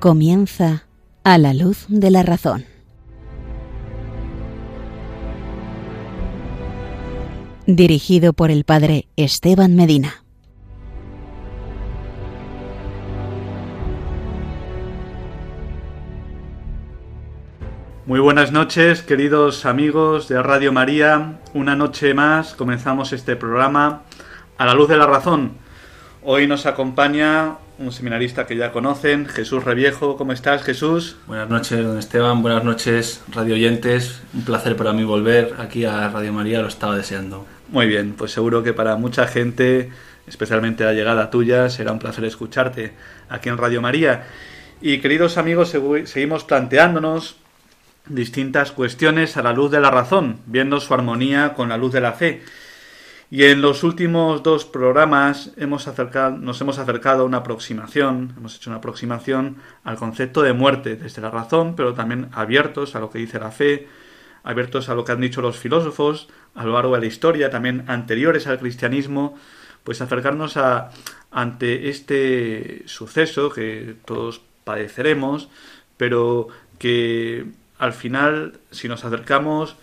Comienza A la luz de la razón. Dirigido por el padre Esteban Medina. Muy buenas noches, queridos amigos de Radio María. Una noche más comenzamos este programa A la luz de la razón. Hoy nos acompaña un seminarista que ya conocen, Jesús Reviejo. ¿Cómo estás, Jesús? Buenas noches, don Esteban. Buenas noches, radio oyentes. Un placer para mí volver aquí a Radio María, lo estaba deseando. Muy bien, pues seguro que para mucha gente, especialmente la llegada tuya, será un placer escucharte aquí en Radio María. Y queridos amigos, seguimos planteándonos distintas cuestiones a la luz de la razón, viendo su armonía con la luz de la fe. Y en los últimos dos programas nos hemos acercado a una aproximación, hemos hecho una aproximación al concepto de muerte desde la razón, pero también abiertos a lo que dice la fe, abiertos a lo que han dicho los filósofos a lo largo de la historia, también anteriores al cristianismo, pues acercarnos ante este suceso que todos padeceremos, pero que al final, si nos acercamos,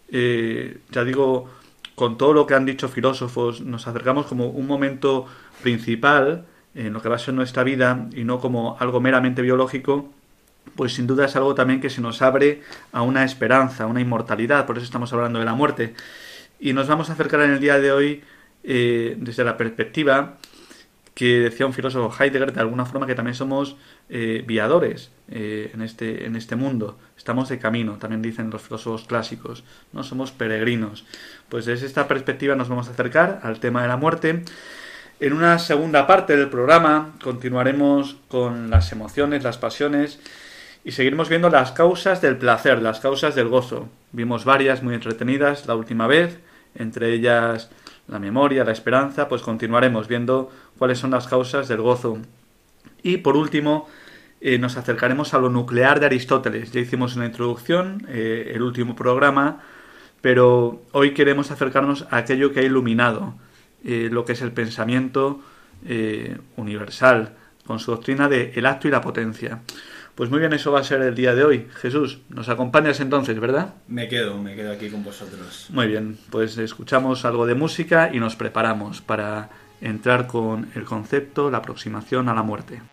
ya digo, con todo lo que han dicho filósofos, nos acercamos como un momento principal en lo que va a ser nuestra vida y no como algo meramente biológico, pues sin duda es algo también que se nos abre a una esperanza, a una inmortalidad. Por eso estamos hablando de la muerte. Y nos vamos a acercar en el día de hoy desde la perspectiva que decía un filósofo Heidegger, de alguna forma, que también somos viadores en este mundo. Estamos de camino, también dicen los filósofos clásicos, ¿no? Somos peregrinos. Pues desde esta perspectiva nos vamos a acercar al tema de la muerte. En una segunda parte del programa continuaremos con las emociones, las pasiones, y seguiremos viendo las causas del placer, las causas del gozo. Vimos varias muy entretenidas la última vez, entre ellas la memoria, la esperanza. Pues continuaremos viendo cuáles son las causas del gozo. Y por último, nos acercaremos a lo nuclear de Aristóteles. Ya hicimos una introducción, el último programa, pero hoy queremos acercarnos a aquello que ha iluminado lo que es el pensamiento universal, con su doctrina de el acto y la potencia. Pues muy bien, eso va a ser el día de hoy. Jesús, ¿nos acompañas entonces, verdad? Me quedo aquí con vosotros. Muy bien, pues escuchamos algo de música y nos preparamos para entrar con el concepto, la aproximación a la muerte.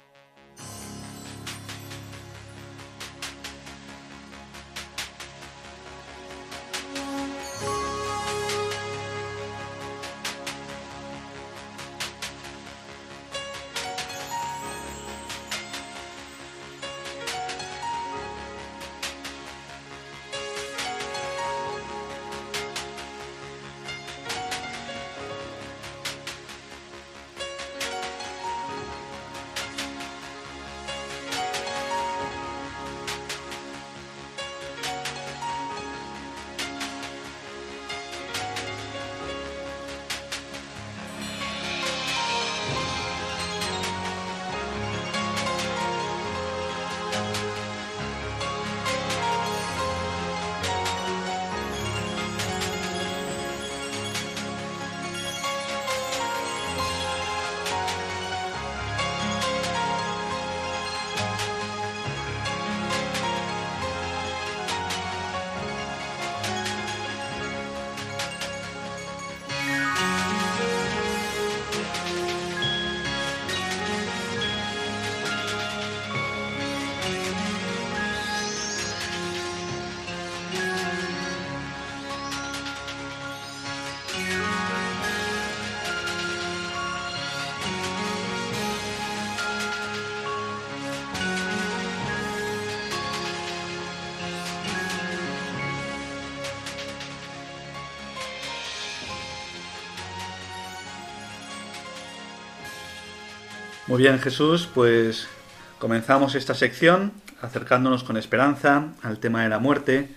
Muy bien, Jesús, pues comenzamos esta sección acercándonos con esperanza al tema de la muerte.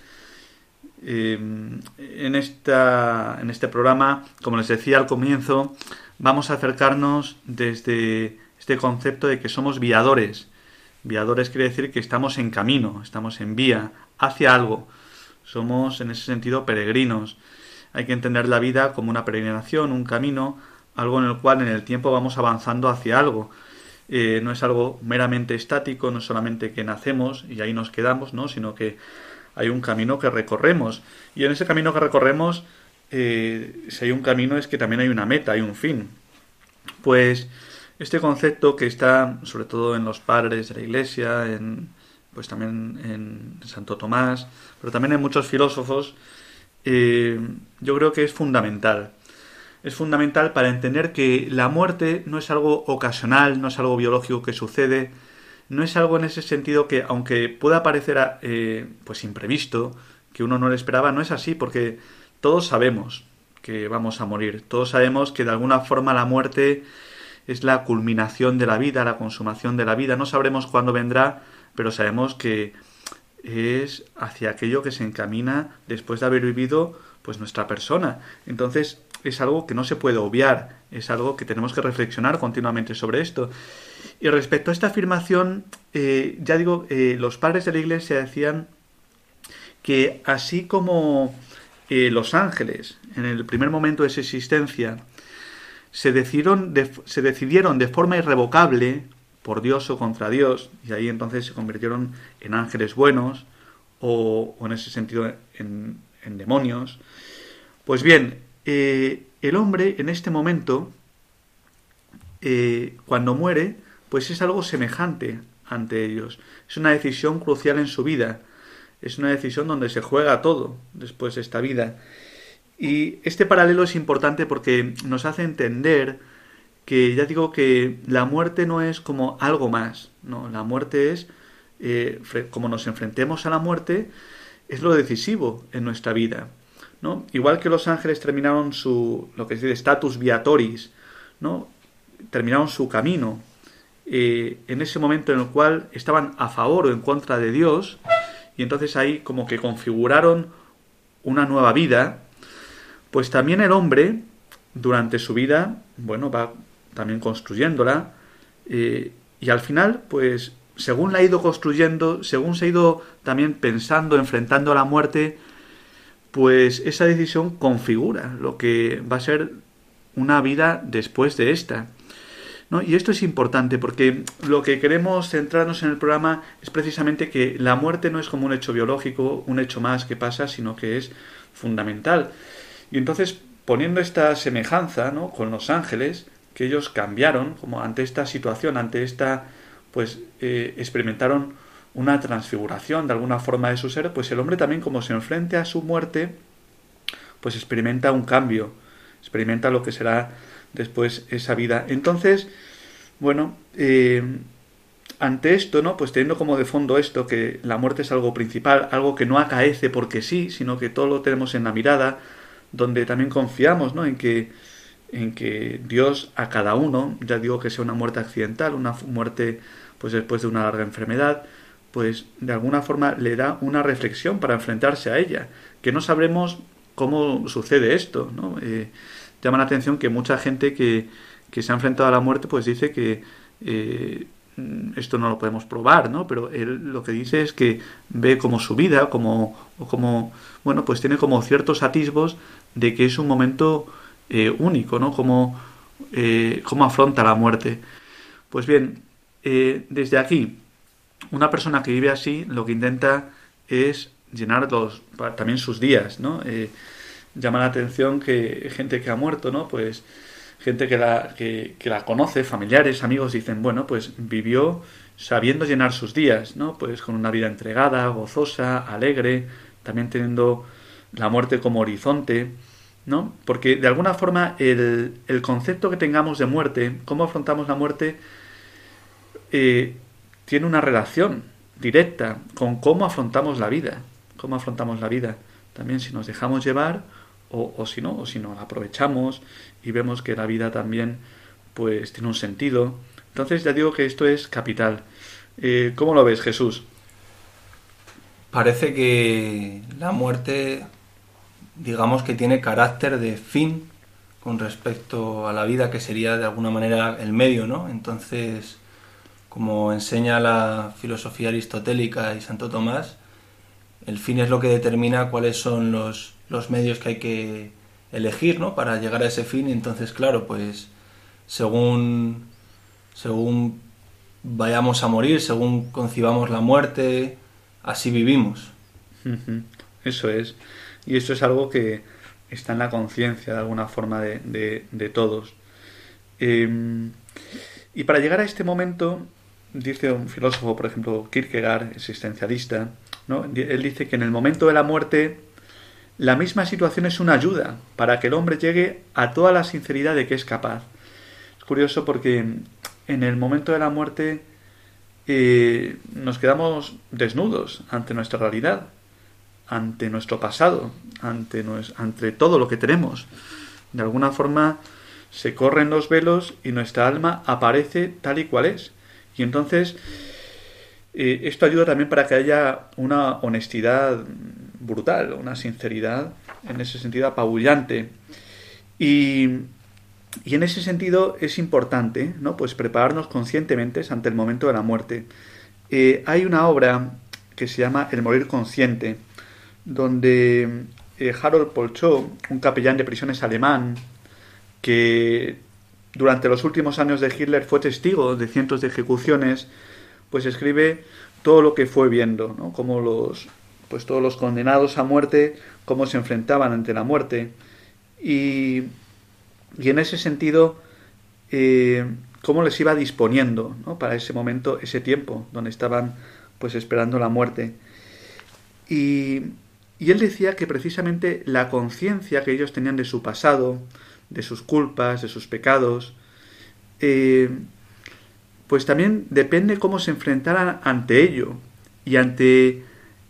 En este programa, como les decía al comienzo, vamos a acercarnos desde este concepto de que somos viadores. Viadores quiere decir que estamos en camino, estamos en vía hacia algo. Somos, en ese sentido, peregrinos. Hay que entender la vida como una peregrinación, un camino, algo en el cual en el tiempo vamos avanzando hacia algo. no es algo meramente estático, no es solamente que nacemos y ahí nos quedamos, ¿no? Sino que hay un camino que recorremos. Y en ese camino que recorremos, si hay un camino es que también hay una meta, hay un fin. Pues este concepto que está sobre todo en los padres de la Iglesia, pues también en Santo Tomás, pero también en muchos filósofos, yo creo que es fundamental. Es fundamental para entender que la muerte no es algo ocasional, no es algo biológico que sucede, no es algo en ese sentido que, aunque pueda parecer pues imprevisto, que uno no le esperaba, no es así, porque todos sabemos que vamos a morir, todos sabemos que de alguna forma la muerte es la culminación de la vida, la consumación de la vida. No sabremos cuándo vendrá, pero sabemos que es hacia aquello que se encamina después de haber vivido pues nuestra persona. Entonces es algo que no se puede obviar, es algo que tenemos que reflexionar continuamente sobre esto. Y respecto a esta afirmación, ya digo, los padres de la Iglesia decían que así como los ángeles en el primer momento de su existencia se decidieron de forma irrevocable por Dios o contra Dios, y ahí entonces se convirtieron en ángeles buenos o en ese sentido en demonios. Pues bien, el hombre en este momento, cuando muere, pues es algo semejante ante ellos. Es una decisión crucial en su vida. Es una decisión donde se juega todo después de esta vida. Y este paralelo es importante porque nos hace entender que, ya digo, que la muerte no es como algo más, no, la muerte es, como nos enfrentemos a la muerte, es lo decisivo en nuestra vida, ¿no? Igual que los ángeles terminaron lo que se dice status viatoris, ¿no? Terminaron su camino en ese momento en el cual estaban a favor o en contra de Dios, y entonces ahí como que configuraron una nueva vida. Pues también el hombre, durante su vida, bueno, va también construyéndola, y al final, pues, según la ha ido construyendo, según se ha ido también pensando, enfrentando a la muerte, pues esa decisión configura lo que va a ser una vida después de esta, ¿no? Y esto es importante porque lo que queremos centrarnos en el programa es precisamente que la muerte no es como un hecho biológico, un hecho más que pasa, sino que es fundamental. Y entonces, poniendo esta semejanza, ¿no?, con los ángeles, que ellos cambiaron, como ante esta situación, ante esta, pues experimentaron una transfiguración de alguna forma de su ser, pues el hombre también, como se enfrenta a su muerte, pues experimenta un cambio, experimenta lo que será después esa vida. Entonces, bueno, ante esto, ¿no?, pues teniendo como de fondo esto, que la muerte es algo principal, algo que no acaece porque sí, sino que todo lo tenemos en la mirada, donde también confiamos, ¿no?, en que Dios a cada uno, ya digo que sea una muerte accidental, una muerte pues después de una larga enfermedad, pues de alguna forma le da una reflexión para enfrentarse a ella, que no sabremos cómo sucede esto, ¿no? Llama la atención que mucha gente que se ha enfrentado a la muerte pues dice que esto no lo podemos probar, ¿no? Pero él lo que dice es que ve como su vida, bueno, pues tiene como ciertos atisbos de que es un momento único, ¿no? Cómo afronta la muerte. Pues bien, desde aquí, una persona que vive así lo que intenta es llenar también sus días, ¿no? Llama la atención que gente que ha muerto, ¿no? Pues gente que la conoce, familiares, amigos, dicen, bueno, pues vivió sabiendo llenar sus días, ¿no? Pues con una vida entregada, gozosa, alegre, también teniendo la muerte como horizonte, ¿no? Porque de alguna forma el concepto que tengamos de muerte, cómo afrontamos la muerte, tiene una relación directa con cómo afrontamos la vida. Cómo afrontamos la vida. También si nos dejamos llevar o si no la aprovechamos y vemos que la vida también pues tiene un sentido. Entonces ya digo que esto es capital. ¿Cómo lo ves, Jesús? Parece que la muerte, digamos que tiene carácter de fin con respecto a la vida, que sería de alguna manera el medio, ¿no? Entonces, como enseña la filosofía aristotélica y Santo Tomás, el fin es lo que determina cuáles son los medios que hay que elegir, ¿no?, para llegar a ese fin. Y entonces, claro, pues según vayamos a morir, según concibamos la muerte, así vivimos. Eso es. Y esto es algo que está en la conciencia de alguna forma de todos. Y para llegar a este momento, dice un filósofo, por ejemplo, Kierkegaard, existencialista, ¿no? Él dice que en el momento de la muerte la misma situación es una ayuda para que el hombre llegue a toda la sinceridad de que es capaz. Es curioso porque en el momento de la muerte nos quedamos desnudos ante nuestra realidad, ante nuestro pasado, ante todo lo que tenemos. De alguna forma se corren los velos y nuestra alma aparece tal y cual es. Y entonces esto ayuda también para que haya una honestidad brutal, una sinceridad en ese sentido apabullante. Y en ese sentido es importante, ¿no? Pues prepararnos conscientemente ante el momento de la muerte. Hay una obra que se llama El morir consciente, donde Harold Polchó, un capellán de prisiones alemán, que durante los últimos años de Hitler fue testigo de cientos de ejecuciones, pues escribe todo lo que fue viendo, ¿no? Cómo todos los condenados a muerte, cómo se enfrentaban ante la muerte. Y en ese sentido, cómo les iba disponiendo, ¿no? Para ese momento, ese tiempo, donde estaban pues esperando la muerte. Y él decía que precisamente la conciencia que ellos tenían de su pasado, de sus culpas, de sus pecados, pues también depende cómo se enfrentaran ante ello y ante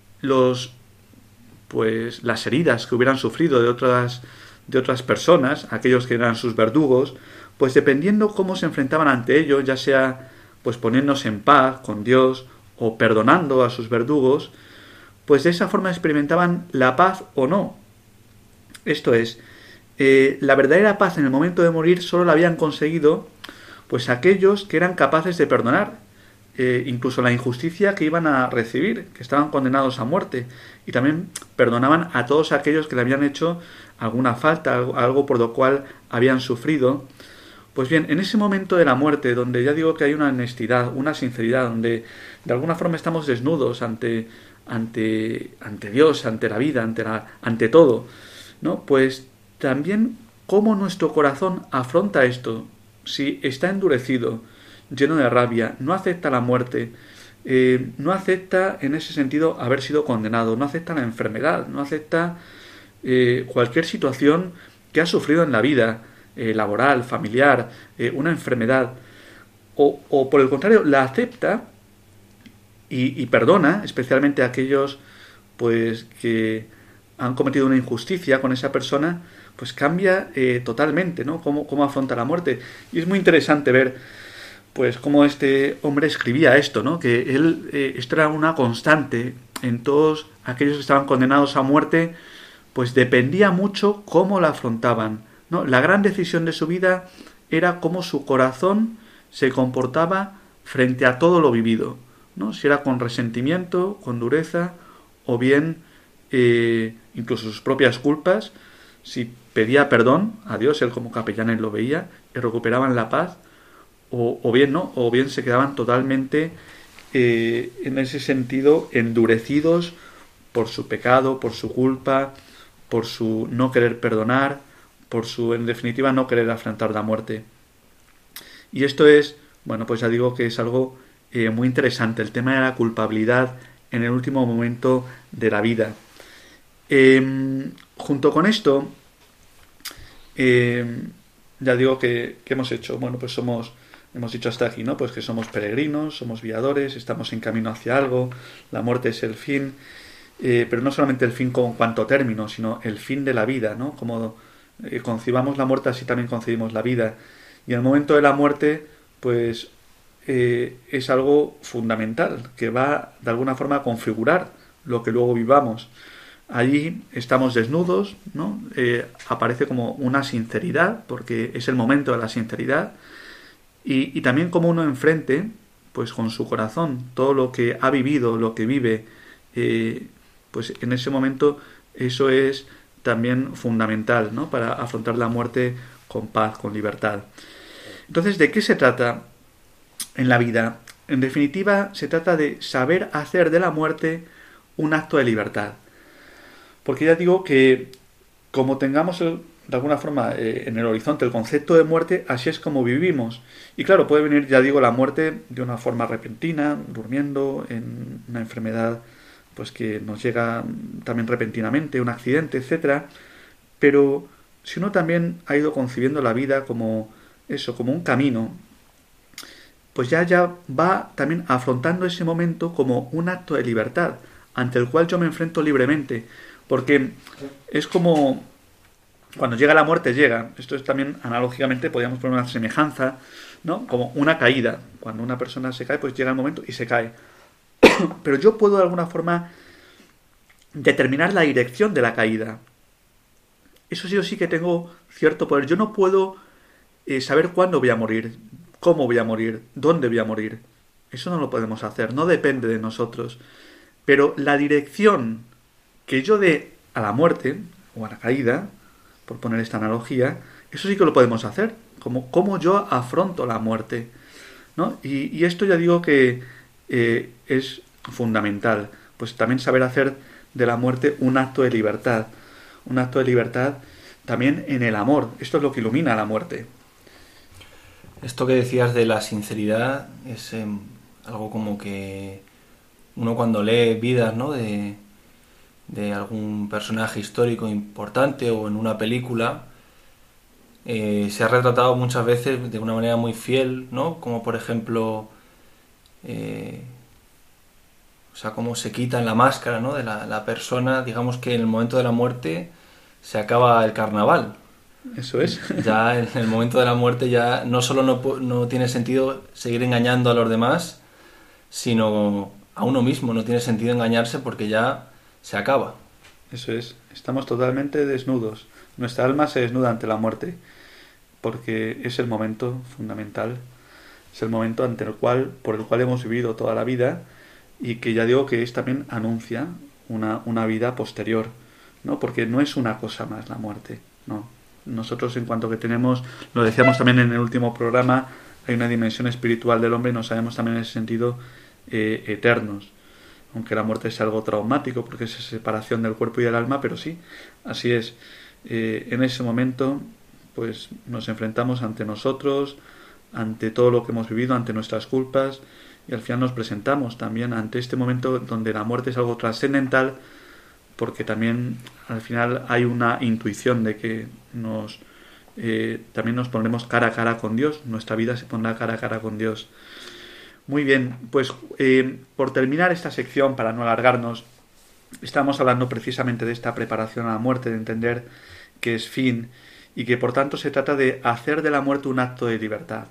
las heridas que hubieran sufrido de otras personas, aquellos que eran sus verdugos, pues dependiendo cómo se enfrentaban ante ello, ya sea pues poniéndose en paz con Dios o perdonando a sus verdugos, pues de esa forma experimentaban la paz o no. Esto es, la verdadera paz en el momento de morir solo la habían conseguido pues aquellos que eran capaces de perdonar incluso la injusticia que iban a recibir, que estaban condenados a muerte, y también perdonaban a todos aquellos que le habían hecho alguna falta, algo por lo cual habían sufrido. Pues bien, en ese momento de la muerte, donde ya digo que hay una honestidad, una sinceridad, donde de alguna forma estamos desnudos ante Dios, ante la vida, ante todo, ¿no? Pues también cómo nuestro corazón afronta esto. Si está endurecido, lleno de rabia, no acepta la muerte, no acepta en ese sentido haber sido condenado, no acepta la enfermedad, no acepta cualquier situación que ha sufrido en la vida, laboral, familiar, una enfermedad, o por el contrario, la acepta y perdona, especialmente a aquellos pues que han cometido una injusticia con esa persona, pues cambia totalmente, ¿no? Cómo afronta la muerte. Y es muy interesante ver pues cómo este hombre escribía esto, ¿no? Que él, esto era una constante en todos aquellos que estaban condenados a muerte, pues dependía mucho cómo la afrontaban, ¿no? La gran decisión de su vida era cómo su corazón se comportaba frente a todo lo vivido, ¿no? Si era con resentimiento, con dureza, o bien incluso sus propias culpas, si pedía perdón a Dios, él como capellán él lo veía, y recuperaban la paz, o bien no, o bien se quedaban totalmente en ese sentido endurecidos por su pecado, por su culpa, por su no querer perdonar, por su, en definitiva, no querer afrontar la muerte. Y esto es, bueno, pues ya digo que es algo muy interesante, el tema de la culpabilidad en el último momento de la vida. Junto con esto, ya digo que hemos hecho, bueno, pues hemos dicho hasta aquí, ¿no? Pues que somos peregrinos, somos viadores, estamos en camino hacia algo, la muerte es el fin, pero no solamente el fin con cuanto término, sino el fin de la vida, ¿no? Como concibamos la muerte, así también concebimos la vida. Y en el momento de la muerte, pues es algo fundamental, que va de alguna forma a configurar lo que luego vivamos. Allí estamos desnudos, ¿no? Aparece como una sinceridad, porque es el momento de la sinceridad, y también como uno enfrente, pues con su corazón, todo lo que ha vivido, lo que vive, pues en ese momento eso es también fundamental, ¿no? Para afrontar la muerte con paz, con libertad. Entonces, ¿de qué se trata en la vida? en definitiva, se trata de saber hacer de la muerte un acto de libertad. Porque ya digo que como tengamos de alguna forma en el horizonte el concepto de muerte, así es como vivimos. Y claro, puede venir, ya digo, la muerte de una forma repentina, durmiendo, en una enfermedad pues que nos llega también repentinamente, un accidente, etcétera. Pero si uno también ha ido concibiendo la vida como eso, como un camino, pues ya va también afrontando ese momento como un acto de libertad, ante el cual yo me enfrento libremente. Porque es como cuando llega la muerte, llega. Esto es también, analógicamente, podríamos poner una semejanza, ¿no? Como una caída. Cuando una persona se cae, pues llega el momento y se cae. Pero yo puedo de alguna forma determinar la dirección de la caída. Eso sí o sí que tengo cierto poder. Yo no puedo saber cuándo voy a morir, cómo voy a morir, dónde voy a morir. Eso no lo podemos hacer, no depende de nosotros. Pero la dirección que yo dé a la muerte o a la caída, por poner esta analogía, eso sí que lo podemos hacer. Cómo yo afronto la muerte, ¿no? Y esto ya digo que es fundamental. Pues también saber hacer de la muerte un acto de libertad. Un acto de libertad también en el amor. Esto es lo que ilumina la muerte. Esto que decías de la sinceridad es algo como que uno cuando lee vidas, ¿no?, de algún personaje histórico importante o en una película, se ha retratado muchas veces de una manera muy fiel, ¿no? Como por ejemplo, o sea, cómo se quitan la máscara, ¿no?, de la persona. Digamos que en el momento de la muerte se acaba el carnaval. Eso es. Ya en el momento de la muerte ya no solo no tiene sentido seguir engañando a los demás, sino a uno mismo. No tiene sentido engañarse porque ya se acaba. Eso es. Estamos totalmente desnudos. Nuestra alma se desnuda ante la muerte, porque es el momento fundamental. Es el momento por el cual hemos vivido toda la vida, y que ya digo que es también anuncia una vida posterior, ¿no? Porque no es una cosa más la muerte, no. Nosotros, en cuanto que tenemos, lo decíamos también en el último programa, hay una dimensión espiritual del hombre y nos sabemos también en ese sentido eternos. Aunque la muerte es algo traumático porque es separación del cuerpo y del alma, pero sí, así es. En ese momento pues nos enfrentamos ante nosotros, ante todo lo que hemos vivido, ante nuestras culpas, y al final nos presentamos también ante este momento donde la muerte es algo trascendental, porque también al final hay una intuición de que también nos pondremos cara a cara con Dios, nuestra vida se pondrá cara a cara con Dios. Muy bien, pues por terminar esta sección, para no alargarnos, estamos hablando precisamente de esta preparación a la muerte, de entender que es fin y que por tanto se trata de hacer de la muerte un acto de libertad.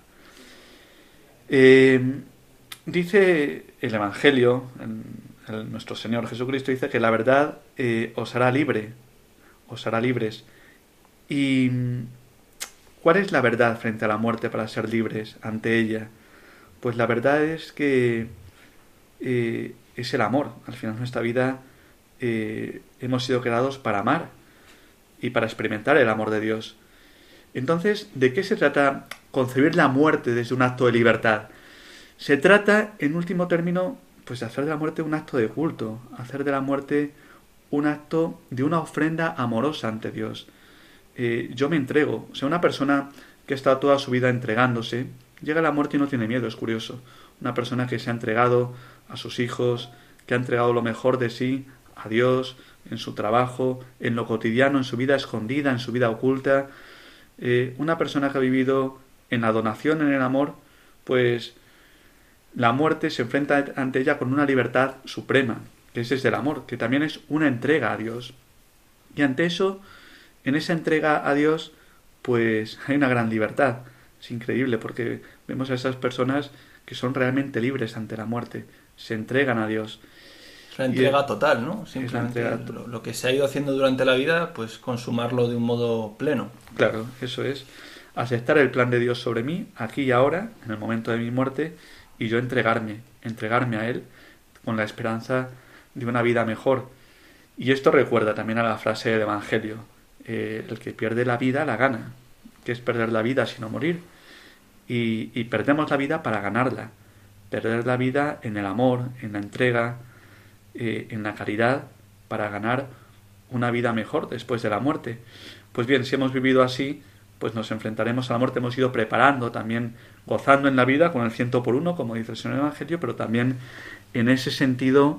Dice el Evangelio, nuestro Señor Jesucristo dice que la verdad os hará libre, os hará libres. ¿Y cuál es la verdad frente a la muerte para ser libres ante ella? Pues la verdad es que es el amor. Al final de nuestra vida hemos sido creados para amar y para experimentar el amor de Dios. Entonces, ¿de qué se trata concebir la muerte desde un acto de libertad? Se trata, en último término, pues de hacer de la muerte un acto de culto, hacer de la muerte un acto de una ofrenda amorosa ante Dios. Yo me entrego. O sea, una persona que ha estado toda su vida entregándose, llega a la muerte y no tiene miedo, es curioso. Una persona que se ha entregado a sus hijos, que ha entregado lo mejor de sí a Dios, en su trabajo, en lo cotidiano, en su vida escondida, en su vida oculta. Una persona que ha vivido en la donación, en el amor, pues la muerte se enfrenta ante ella con una libertad suprema, que es desde el amor, que también es una entrega a Dios. Y ante eso, en esa entrega a Dios, pues hay una gran libertad. Es increíble porque vemos a esas personas que son realmente libres ante la muerte, se entregan a Dios. Es la entrega total, ¿no? Simplemente entrega lo que se ha ido haciendo durante la vida, pues consumarlo de un modo pleno. Claro, eso es. Aceptar el plan de Dios sobre mí, aquí y ahora, en el momento de mi muerte, y yo entregarme a Él con la esperanza de una vida mejor. Y esto recuerda también a la frase del Evangelio: el que pierde la vida la gana. ¿Qué es perder la vida sino morir? Y perdemos la vida para ganarla. perder la vida en el amor, en la entrega, en la caridad, para ganar una vida mejor después de la muerte. Pues bien, si hemos vivido así, pues nos enfrentaremos a la muerte. Hemos ido preparando también, gozando en la vida con el 100 por 1, como dice el Señor Evangelio, pero también en ese sentido,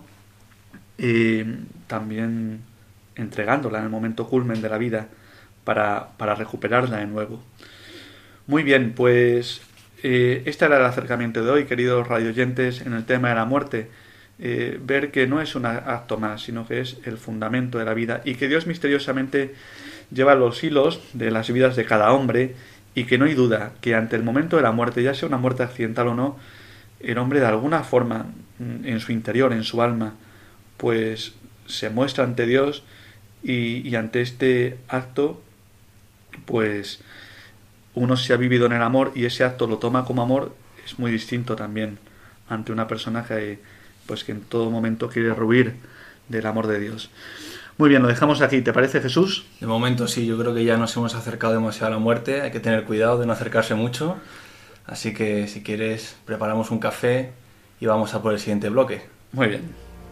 también entregándola en el momento culmen de la vida para recuperarla de nuevo. Muy bien, pues este era el acercamiento de hoy, queridos radioyentes, en el tema de la muerte. Ver que no es un acto más, sino que es el fundamento de la vida, y que Dios misteriosamente lleva los hilos de las vidas de cada hombre, y que no hay duda que ante el momento de la muerte, ya sea una muerte accidental o no, el hombre de alguna forma, en su interior, en su alma, pues se muestra ante Dios, y ante este acto, pues uno se ha vivido en el amor, y ese acto lo toma como amor. Es muy distinto también ante una persona que en todo momento quiere rehuir del amor de Dios. Muy bien, lo dejamos aquí. ¿Te parece, Jesús? De momento sí, yo creo que ya nos hemos acercado demasiado a la muerte. Hay que tener cuidado de no acercarse mucho. Así que si quieres, preparamos un café y vamos a por el siguiente bloque. Muy bien.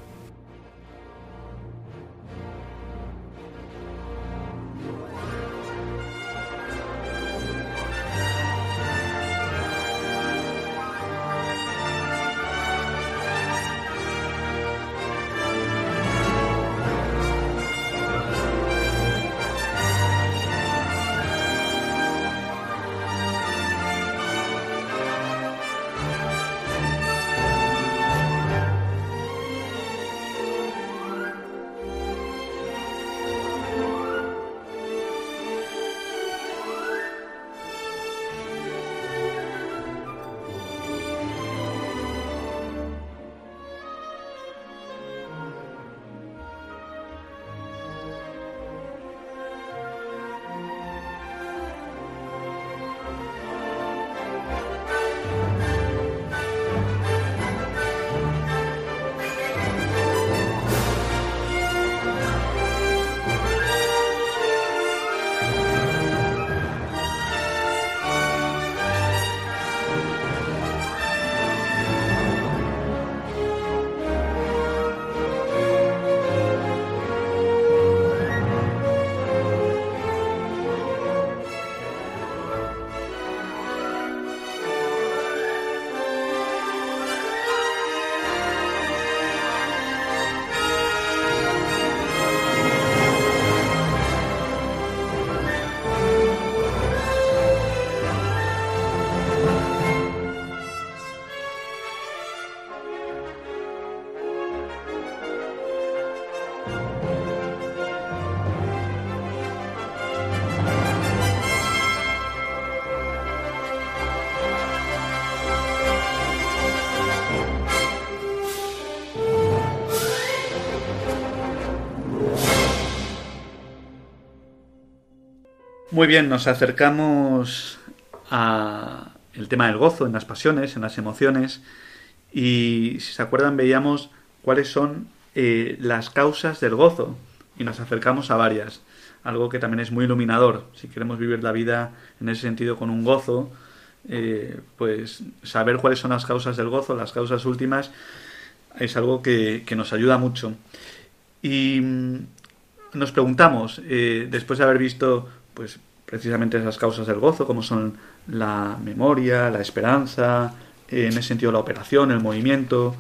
Muy bien, nos acercamos a el tema del gozo en las pasiones, en las emociones, y si se acuerdan veíamos cuáles son las causas del gozo, y nos acercamos a varias, algo que también es muy iluminador. Si queremos vivir la vida en ese sentido con un gozo, pues saber cuáles son las causas del gozo, las causas últimas, es algo que nos ayuda mucho. Y nos preguntamos, después de haber visto pues precisamente esas causas del gozo, como son la memoria, la esperanza, en ese sentido la operación, el movimiento,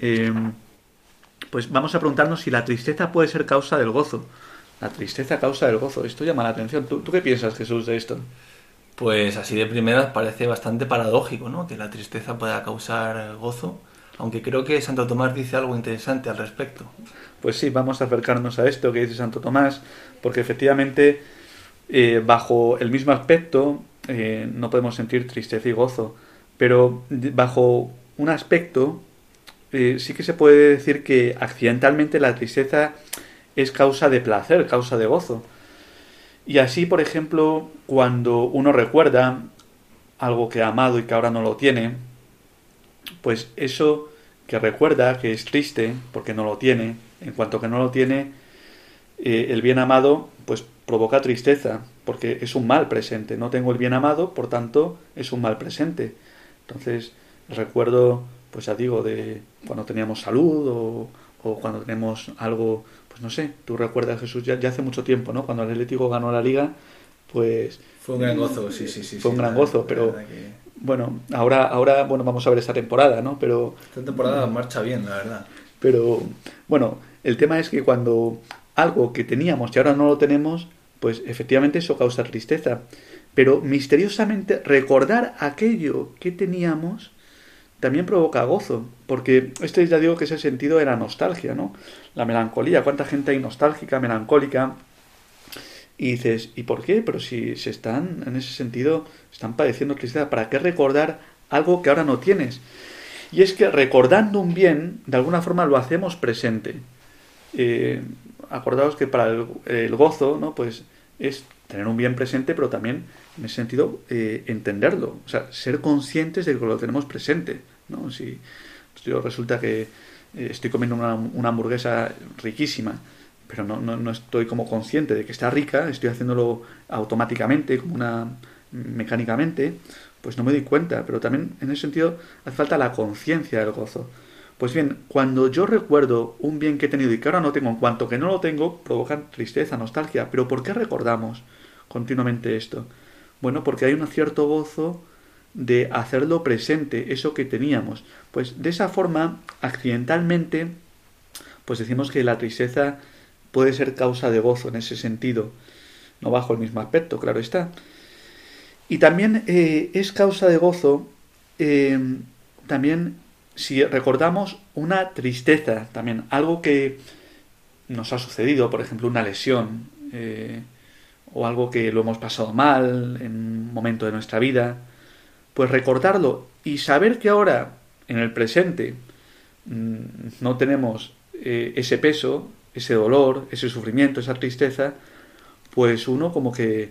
pues vamos a preguntarnos si la tristeza puede ser causa del gozo. La tristeza causa del gozo, esto llama la atención. ¿Tú qué piensas, Jesús, de esto? Pues así de primeras parece bastante paradójico, ¿no?, que la tristeza pueda causar gozo, aunque creo que Santo Tomás dice algo interesante al respecto. Pues sí, vamos a acercarnos a esto que dice Santo Tomás, porque efectivamente bajo el mismo aspecto no podemos sentir tristeza y gozo, pero bajo un aspecto sí que se puede decir que accidentalmente la tristeza es causa de placer, causa de gozo. Y así, por ejemplo, cuando uno recuerda algo que ha amado y que ahora no lo tiene, pues eso que recuerda, que es triste porque no lo tiene, en cuanto que no lo tiene, el bien amado pues provoca tristeza, porque es un mal presente. No tengo el bien amado, por tanto es un mal presente. Entonces el recuerdo pues ya digo, de cuando teníamos salud o cuando tenemos algo, pues no sé, tú recuerdas, Jesús, ya hace mucho tiempo, ¿no? Cuando el Atlético ganó la Liga, pues... Fue un gran gozo, sí. Fue un gran gozo, pero... Bueno, ahora bueno, vamos a ver esta temporada, ¿no? Pero... Esta temporada marcha bien, la verdad. Pero, bueno, el tema es que cuando algo que teníamos y ahora no lo tenemos, pues efectivamente eso causa tristeza. Pero misteriosamente recordar aquello que teníamos también provoca gozo. Porque ya digo que ese sentido era nostalgia, ¿no? La melancolía. ¿Cuánta gente hay nostálgica, melancólica? Y dices, ¿y por qué? Pero si se están, en ese sentido, están padeciendo tristeza. ¿Para qué recordar algo que ahora no tienes? Y es que recordando un bien, de alguna forma lo hacemos presente. Acordaos que para el gozo, ¿no? Pues es tener un bien presente, pero también, en ese sentido, entenderlo. O sea, ser conscientes de que lo tenemos presente, ¿no? Si yo resulta que estoy comiendo una hamburguesa riquísima, pero no estoy como consciente de que está rica, estoy haciéndolo automáticamente, mecánicamente, pues no me doy cuenta. Pero también en ese sentido hace falta la conciencia del gozo. Pues bien, cuando yo recuerdo un bien que he tenido y que ahora no tengo, en cuanto que no lo tengo, provocan tristeza, nostalgia. ¿Pero por qué recordamos continuamente esto? Bueno, porque hay un cierto gozo de hacerlo presente, eso que teníamos. Pues de esa forma, accidentalmente, pues decimos que la tristeza puede ser causa de gozo en ese sentido, no bajo el mismo aspecto, claro está. Y también es causa de gozo también si recordamos una tristeza, también algo que nos ha sucedido, por ejemplo una lesión o algo que lo hemos pasado mal en un momento de nuestra vida, pues recordarlo y saber que ahora en el presente no tenemos ese peso, ese dolor, ese sufrimiento, esa tristeza, pues uno como que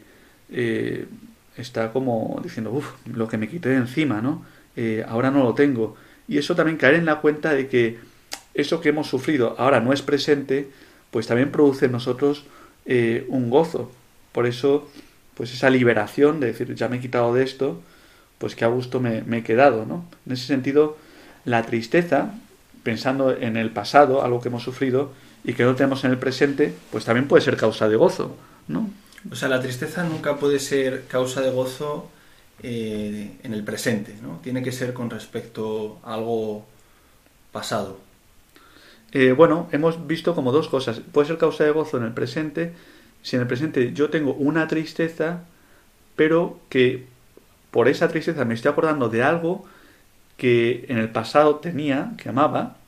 está como diciendo, uff, lo que me quité de encima, ¿no? Ahora no lo tengo. Y eso también caer en la cuenta de que eso que hemos sufrido ahora no es presente, pues también produce en nosotros un gozo. Por eso, pues esa liberación de decir, ya me he quitado de esto, pues que a gusto me he quedado, ¿no? En ese sentido, la tristeza, pensando en el pasado, algo que hemos sufrido, y que no tenemos en el presente, pues también puede ser causa de gozo, ¿no? O sea, la tristeza nunca puede ser causa de gozo en el presente, ¿no? Tiene que ser con respecto a algo pasado. Bueno, hemos visto como dos cosas. Puede ser causa de gozo en el presente, si en el presente yo tengo una tristeza, pero que por esa tristeza me estoy acordando de algo que en el pasado tenía, que amaba,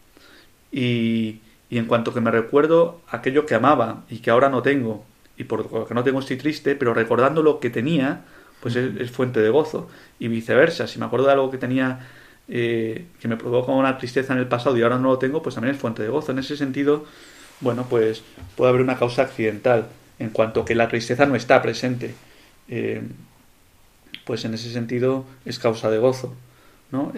y en cuanto que me recuerdo aquello que amaba y que ahora no tengo, y por lo que no tengo estoy triste, pero recordando lo que tenía, pues es fuente de gozo. Y viceversa, si me acuerdo de algo que tenía que me provoca una tristeza en el pasado y ahora no lo tengo, pues también es fuente de gozo. En ese sentido, bueno, pues puede haber una causa accidental, en cuanto que la tristeza no está presente. Pues en ese sentido es causa de gozo, ¿no?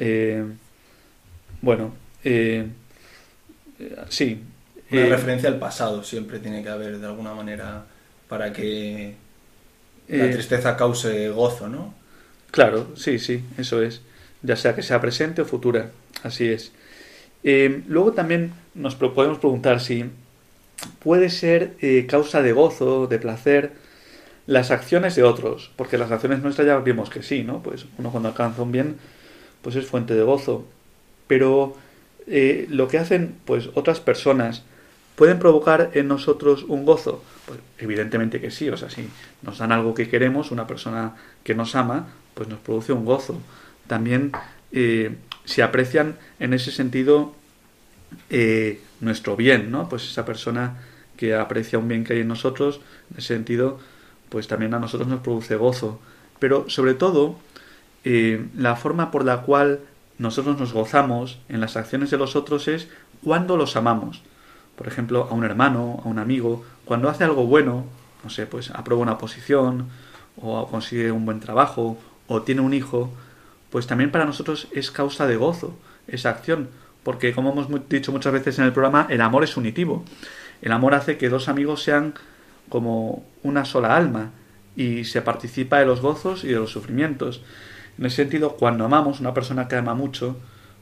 Sí. Una referencia al pasado siempre tiene que haber de alguna manera para que la tristeza cause gozo, ¿no? Claro, sí, eso es. Ya sea que sea presente o futura, así es. Luego también nos podemos preguntar si puede ser causa de gozo, de placer, las acciones de otros, porque las acciones nuestras ya vimos que sí, ¿no? Pues uno cuando alcanza un bien, pues es fuente de gozo. Pero lo que hacen pues otras personas, ¿pueden provocar en nosotros un gozo? Pues evidentemente que sí. O sea, si nos dan algo que queremos, una persona que nos ama, pues nos produce un gozo. También si aprecian en ese sentido nuestro bien, ¿no? Pues esa persona que aprecia un bien que hay en nosotros, en ese sentido, pues también a nosotros nos produce gozo. Pero sobre todo, la forma por la cual nosotros nos gozamos en las acciones de los otros es cuando los amamos. Por ejemplo, a un hermano, a un amigo, cuando hace algo bueno, no sé, pues aprueba una oposición, o consigue un buen trabajo, o tiene un hijo, pues también para nosotros es causa de gozo esa acción, porque como hemos dicho muchas veces en el programa, el amor es unitivo. El amor hace que dos amigos sean como una sola alma, y se participa de los gozos y de los sufrimientos. En ese sentido, cuando amamos, una persona que ama mucho,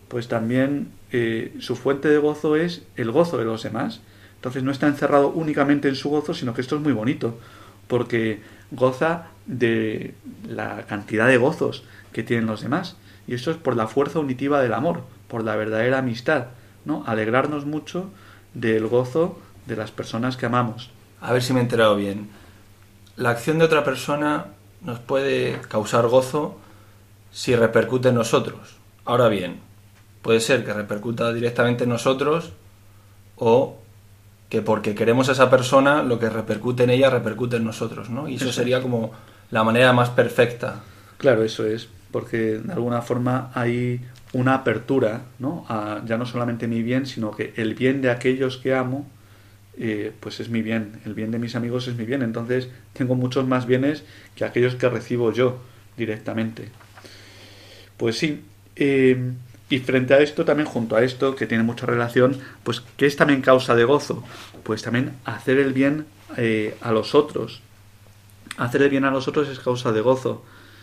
pues también su fuente de gozo es el gozo de los demás. Entonces no está encerrado únicamente en su gozo, sino que esto es muy bonito, porque goza de la cantidad de gozos que tienen los demás. Y esto es por la fuerza unitiva del amor, por la verdadera amistad, ¿no? Alegrarnos mucho del gozo de las personas que amamos. A ver si me he enterado bien. La acción de otra persona nos puede causar gozo si repercute en nosotros. Ahora bien, puede ser que repercuta directamente en nosotros o que porque queremos a esa persona, lo que repercute en ella repercute en nosotros, ¿no? Y eso sería como la manera más perfecta. Claro, eso es, porque de alguna forma hay una apertura, ¿no? A ya no solamente mi bien, sino que el bien de aquellos que amo, pues es mi bien, el bien de mis amigos es mi bien, entonces tengo muchos más bienes que aquellos que recibo yo directamente. Pues sí, y frente a esto, también junto a esto, que tiene mucha relación, pues ¿qué es también causa de gozo? Pues también hacer el bien a los otros. Hacer el bien a los otros es causa de gozo.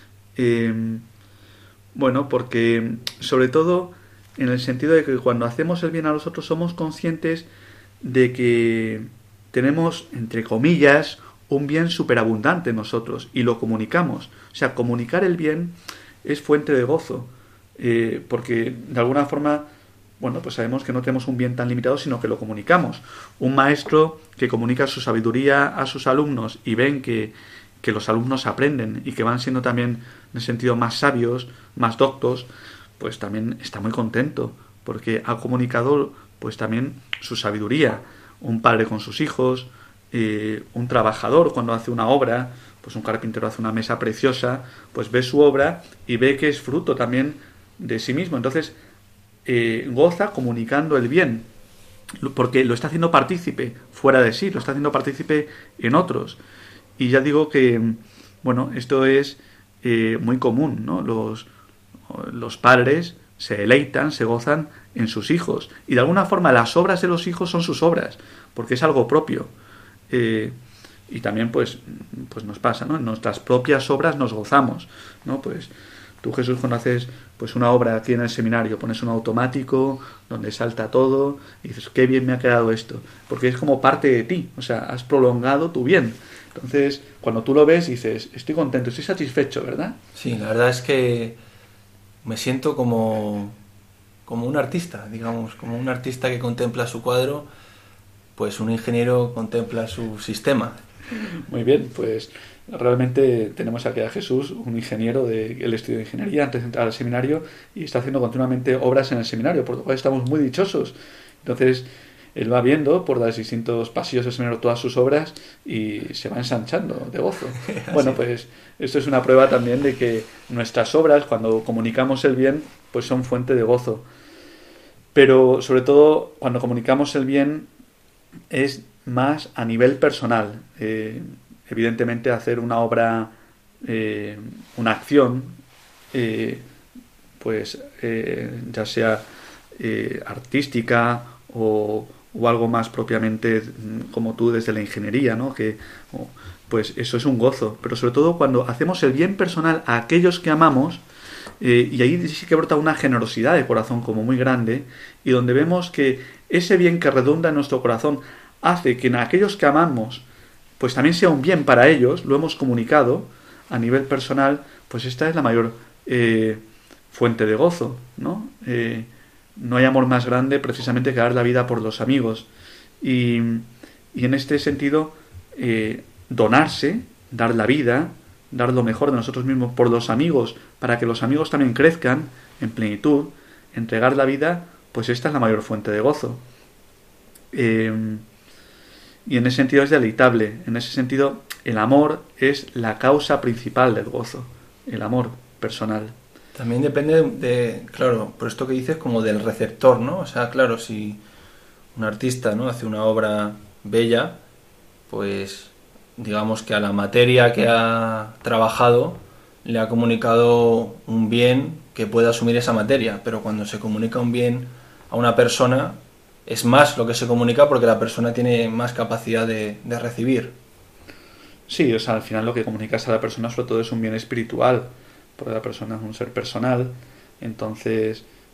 Bueno, porque sobre todo en el sentido de que cuando hacemos el bien a los otros somos conscientes de que tenemos, entre comillas, un bien superabundante en nosotros y lo comunicamos. O sea, comunicar el bien es fuente de gozo, porque de alguna forma, bueno, pues sabemos que no tenemos un bien tan limitado, sino que lo comunicamos. Un maestro que comunica su sabiduría a sus alumnos y ven que los alumnos aprenden y que van siendo también en el sentido más sabios, más doctos, pues también está muy contento, porque ha comunicado pues también su sabiduría. Un padre con sus hijos, un trabajador cuando hace una obra, pues un carpintero hace una mesa preciosa, pues ve su obra y ve que es fruto también de sí mismo. Entonces goza comunicando el bien, porque lo está haciendo partícipe fuera de sí, lo está haciendo partícipe en otros. Y ya digo que, bueno, esto es muy común, ¿no? Los padres se deleitan, se gozan en sus hijos. Y de alguna forma las obras de los hijos son sus obras, porque es algo propio. Y también pues nos pasa, ¿no? En nuestras propias obras nos gozamos, ¿no? Pues tú, Jesús, cuando haces pues una obra aquí en el seminario, pones un automático donde salta todo y dices, qué bien me ha quedado esto, porque es como parte de ti, o sea, has prolongado tu bien. Entonces, cuando tú lo ves, dices, estoy contento, estoy satisfecho, ¿verdad? Sí, la verdad es que me siento como un artista, digamos, como un artista que contempla su cuadro, pues un ingeniero contempla su sistema. Muy bien, pues realmente tenemos aquí a Jesús, un ingeniero del estudio de ingeniería, antes de entrar al seminario, y está haciendo continuamente obras en el seminario, por lo cual estamos muy dichosos. Entonces, él va viendo por los distintos pasillos del seminario todas sus obras y se va ensanchando de gozo. Bueno, pues esto es una prueba también de que nuestras obras, cuando comunicamos el bien, pues son fuente de gozo. Pero sobre todo, cuando comunicamos el bien, es más a nivel personal. Evidentemente, hacer una obra, una acción, pues ya sea artística o algo más propiamente como tú desde la ingeniería, ¿no? Pues eso es un gozo. Pero sobre todo cuando hacemos el bien personal a aquellos que amamos, y ahí sí que brota una generosidad de corazón como muy grande, y donde vemos que ese bien que redunda en nuestro corazón hace que en aquellos que amamos pues también sea un bien para ellos, lo hemos comunicado a nivel personal, pues esta es la mayor fuente de gozo, ¿no? No hay amor más grande precisamente que dar la vida por los amigos. Y en este sentido, donarse, dar la vida, dar lo mejor de nosotros mismos por los amigos, para que los amigos también crezcan en plenitud, entregar la vida, pues esta es la mayor fuente de gozo. Y en ese sentido es deleitable. En ese sentido, el amor es la causa principal del gozo, el amor personal. También depende claro, por esto que dices, como del receptor, ¿no? O sea, claro, si un artista, ¿no?, hace una obra bella, pues digamos que a la materia que ha trabajado le ha comunicado un bien que puede asumir esa materia, pero cuando se comunica un bien a una persona, es más lo que se comunica porque la persona tiene más capacidad de recibir. Sí, o sea, al final lo que comunicas a la persona sobre todo es un bien espiritual, porque la persona es un ser personal, entonces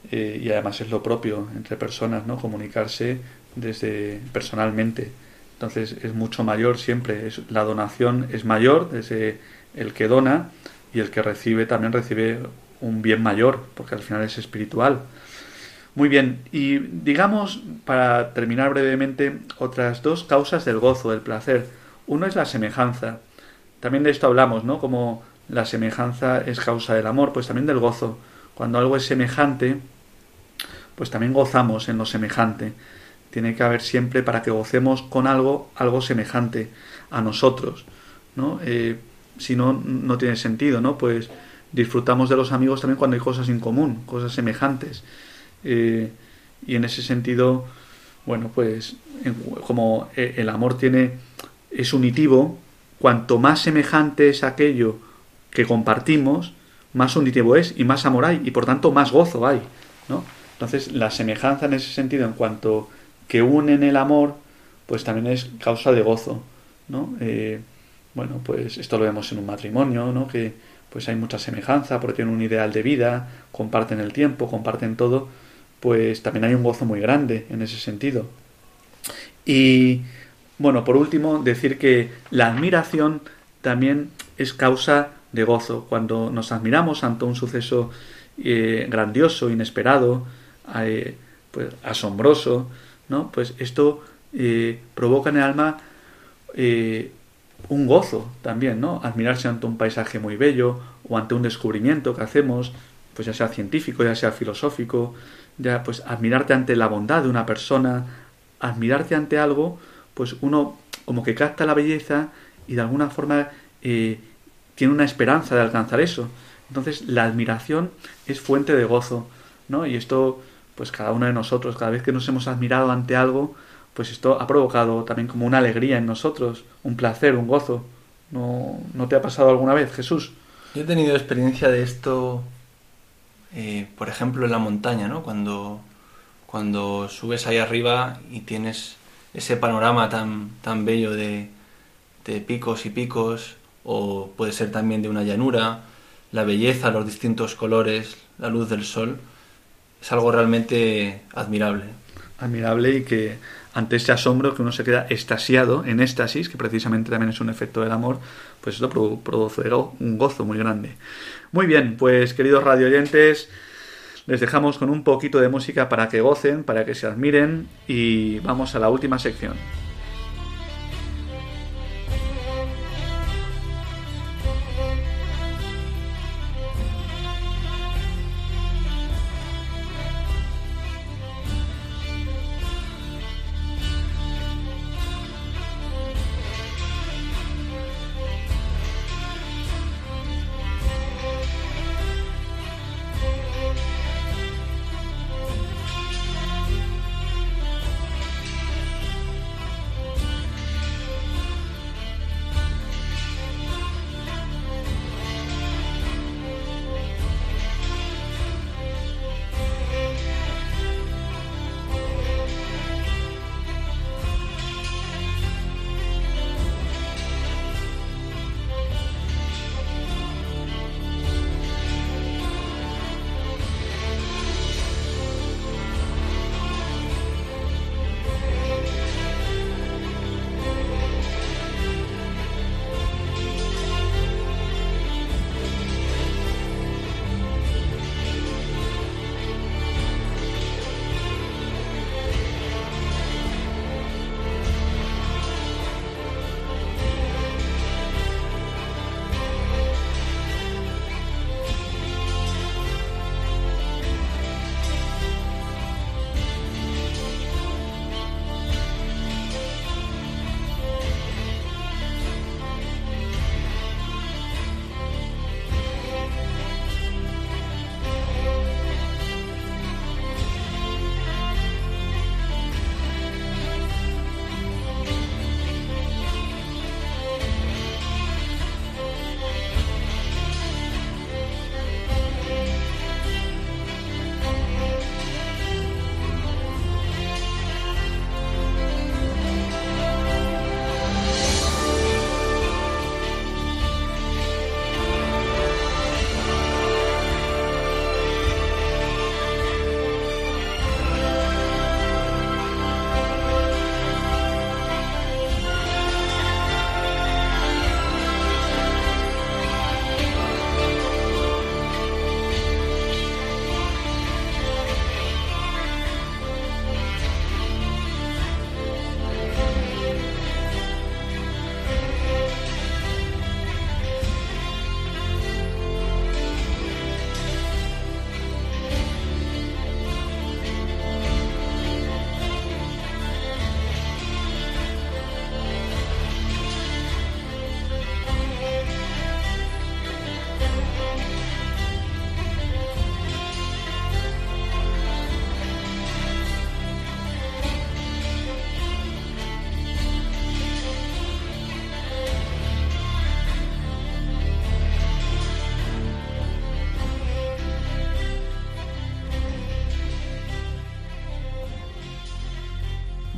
y además es lo propio entre personas, ¿no? Comunicarse desde personalmente. Entonces es mucho mayor siempre, la donación es mayor desde el que dona, y el que recibe también recibe un bien mayor, porque al final es espiritual. Muy bien, y digamos, para terminar brevemente, otras dos causas del gozo, del placer. Uno es la semejanza. También de esto hablamos, ¿no? Como la semejanza es causa del amor, pues también del gozo. Cuando algo es semejante, pues también gozamos en lo semejante. Tiene que haber siempre, para que gocemos con algo semejante a nosotros, ¿no? Si no, no tiene sentido, ¿no? Pues disfrutamos de los amigos también cuando hay cosas en común, cosas semejantes. Y en ese sentido, bueno, pues como el amor es unitivo, cuanto más semejante es aquello que compartimos, más unitivo es y más amor hay, y por tanto más gozo hay, ¿no? Entonces la semejanza en ese sentido, en cuanto que unen el amor, pues también es causa de gozo, ¿no? Bueno, pues esto lo vemos en un matrimonio, ¿no? Que pues hay mucha semejanza porque tienen un ideal de vida, comparten el tiempo, comparten todo, pues también hay un gozo muy grande en ese sentido. Y bueno, por último, decir que la admiración también es causa de gozo. Cuando nos admiramos ante un suceso grandioso, inesperado, pues asombroso, ¿no? Pues esto provoca en el alma un gozo también, ¿no? Admirarse ante un paisaje muy bello o ante un descubrimiento que hacemos, pues ya sea científico, ya sea filosófico, ya pues admirarte ante la bondad de una persona, admirarte ante algo, pues uno como que capta la belleza y de alguna forma tiene una esperanza de alcanzar eso. Entonces la admiración es fuente de gozo, ¿no? Y esto, pues cada uno de nosotros, cada vez que nos hemos admirado ante algo, pues esto ha provocado también como una alegría en nosotros, un placer, un gozo. ¿No te ha pasado alguna vez, Jesús? Yo he tenido experiencia de esto, por ejemplo, en la montaña, ¿no? Cuando subes ahí arriba y tienes ese panorama tan bello de picos y picos, o puede ser también de una llanura, la belleza, los distintos colores, la luz del sol, es algo realmente admirable. Admirable, y que ante ese asombro que uno se queda extasiado, en éxtasis, que precisamente también es un efecto del amor, pues esto produce un gozo muy grande. Muy bien, pues queridos radioyentes, les dejamos con un poquito de música para que gocen, para que se admiren, y vamos a la última sección.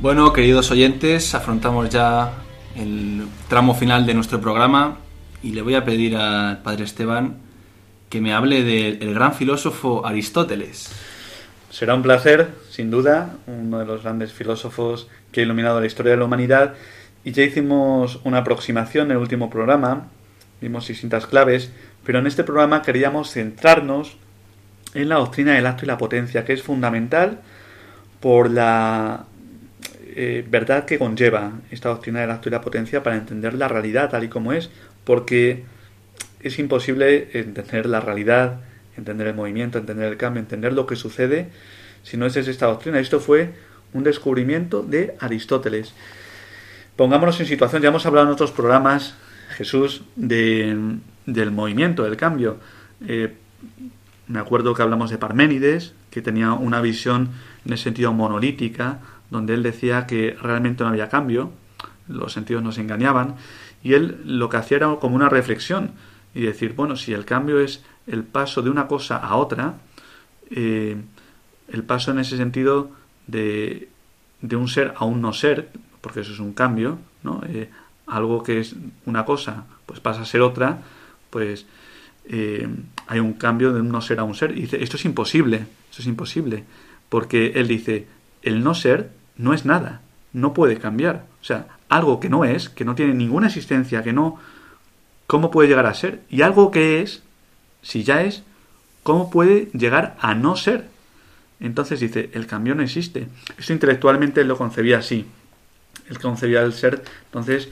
Bueno, queridos oyentes, afrontamos ya el tramo final de nuestro programa y le voy a pedir al Padre Esteban que me hable del gran filósofo Aristóteles. Será un placer, sin duda, uno de los grandes filósofos que ha iluminado la historia de la humanidad, y ya hicimos una aproximación en el último programa, vimos distintas claves, pero en este programa queríamos centrarnos en la doctrina del acto y la potencia, que es fundamental por la verdad que conlleva esta doctrina del acto y la potencia para entender la realidad tal y como es, porque es imposible entender la realidad, entender el movimiento, entender el cambio, entender lo que sucede si no es esta doctrina. Esto fue un descubrimiento de Aristóteles. Pongámonos en situación, ya hemos hablado en otros programas, Jesús, del movimiento, del cambio. Me acuerdo que hablamos de Parménides, que tenía una visión en el sentido monolítica, donde él decía que realmente no había cambio, los sentidos nos engañaban, y él lo que hacía era como una reflexión y decir, bueno, si el cambio es el paso de una cosa a otra, el paso en ese sentido de un ser a un no ser, porque eso es un cambio, ¿no? Algo que es una cosa, pues pasa a ser otra, pues hay un cambio de un no ser a un ser. Y dice, esto es imposible, porque él dice, el no ser no es nada, no puede cambiar. O sea, algo que no es, que no tiene ninguna existencia, que no, ¿cómo puede llegar a ser? Y algo que es, si ya es, ¿cómo puede llegar a no ser? Entonces dice, el cambio no existe. Esto intelectualmente él lo concebía así. Él concebía el ser, entonces,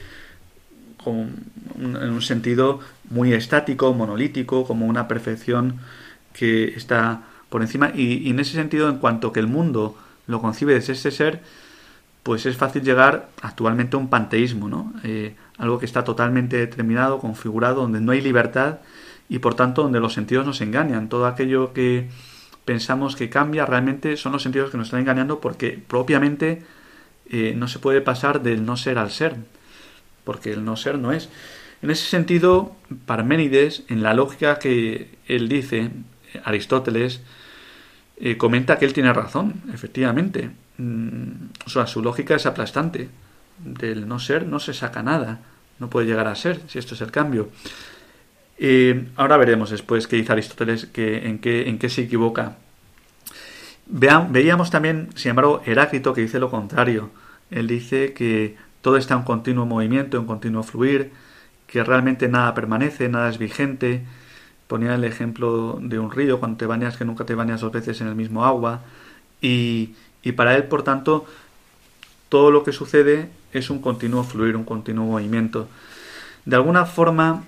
en un sentido muy estático, monolítico, como una perfección que está por encima. Y en ese sentido, en cuanto que el mundo lo concibe desde ese ser, pues es fácil llegar actualmente a un panteísmo, ¿no? Algo que está totalmente determinado, configurado, donde no hay libertad y por tanto donde los sentidos nos engañan. Todo aquello que pensamos que cambia realmente son los sentidos que nos están engañando, porque propiamente no se puede pasar del no ser al ser, porque el no ser no es. En ese sentido, Parménides, en la lógica que él dice, Aristóteles, comenta que él tiene razón, efectivamente. O sea, su lógica es aplastante. Del no ser no se saca nada, no puede llegar a ser, si esto es el cambio. Ahora veremos después qué dice Aristóteles, en qué se equivoca. Veíamos también, sin embargo, Heráclito, que dice lo contrario. Él dice que todo está en continuo movimiento, en continuo fluir, que realmente nada permanece, nada es vigente. Ponía el ejemplo de un río, cuando te bañas, que nunca te bañas dos veces en el mismo agua. Y para él, por tanto, todo lo que sucede es un continuo fluir, un continuo movimiento. De alguna forma,